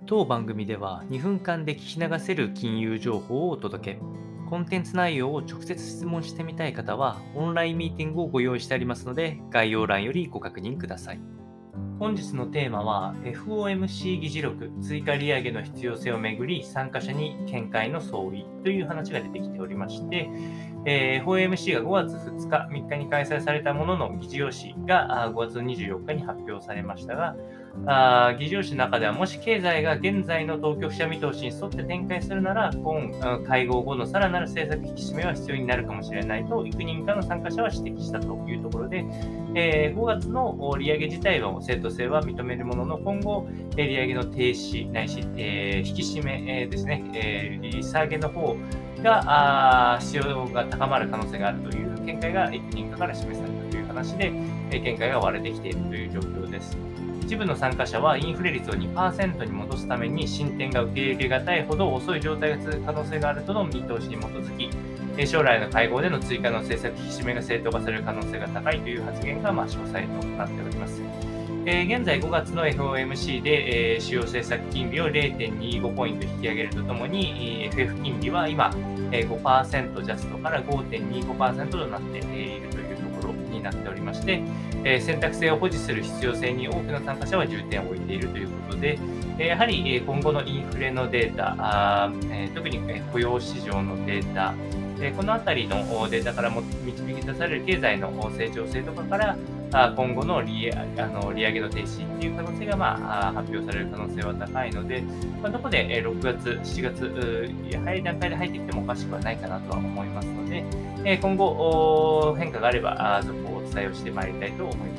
当番組では2分間で聞き流せる金融情報をお届け。コンテンツ内容を直接質問してみたい方は、オンラインミーティングをご用意してありますので、概要欄よりご確認ください。本日のテーマは、FOMC 議事録追加利上げの必要性をめぐり、参加者に見解の相違という話が出てきておりまして、FOMC が5月2日、3日に開催されたものの議事要旨が5月24日に発表されましたが、議事要旨の中では、もし経済が現在の当局者見通しに沿って展開するなら、会合後のさらなる政策引き締めは必要になるかもしれないと、幾人かの参加者は指摘したというところで、5月の利上げ自体の正当性は認めるものの、今後、利上げの停止ないし、引き締め、ですね、利下げの方が必要が高まる可能性があるという見解が幾人かから示されたという話で、見解が割れてきているという状況です。一部の参加者はインフレ率を 2% に戻すために進展が受け入れがたいほど遅い状態が続く可能性があるとの見通しに基づき、将来の会合での追加の政策引き締めが正当化される可能性が高いという発言が詳細となっております。現在5月の FOMC で、主要政策金利を 0.25 ポイント引き上げるとともに、FF 金利は今、5% ジャストから 5.25% となっているというところになっておりまして、選択性を保持する必要性に多くの参加者は重点を置いているということで、やはり今後のインフレのデータ、特に雇用市場のデータ、このあたりのデータからも導き出される経済の成長性とかから、今後の利上げの停止という可能性が、発表される可能性は高いので、どこで6月、7月、早い段階で入ってきてもおかしくはないかなとは思いますので、今後変化があれば、続報をお伝えをしてまいりたいと思います。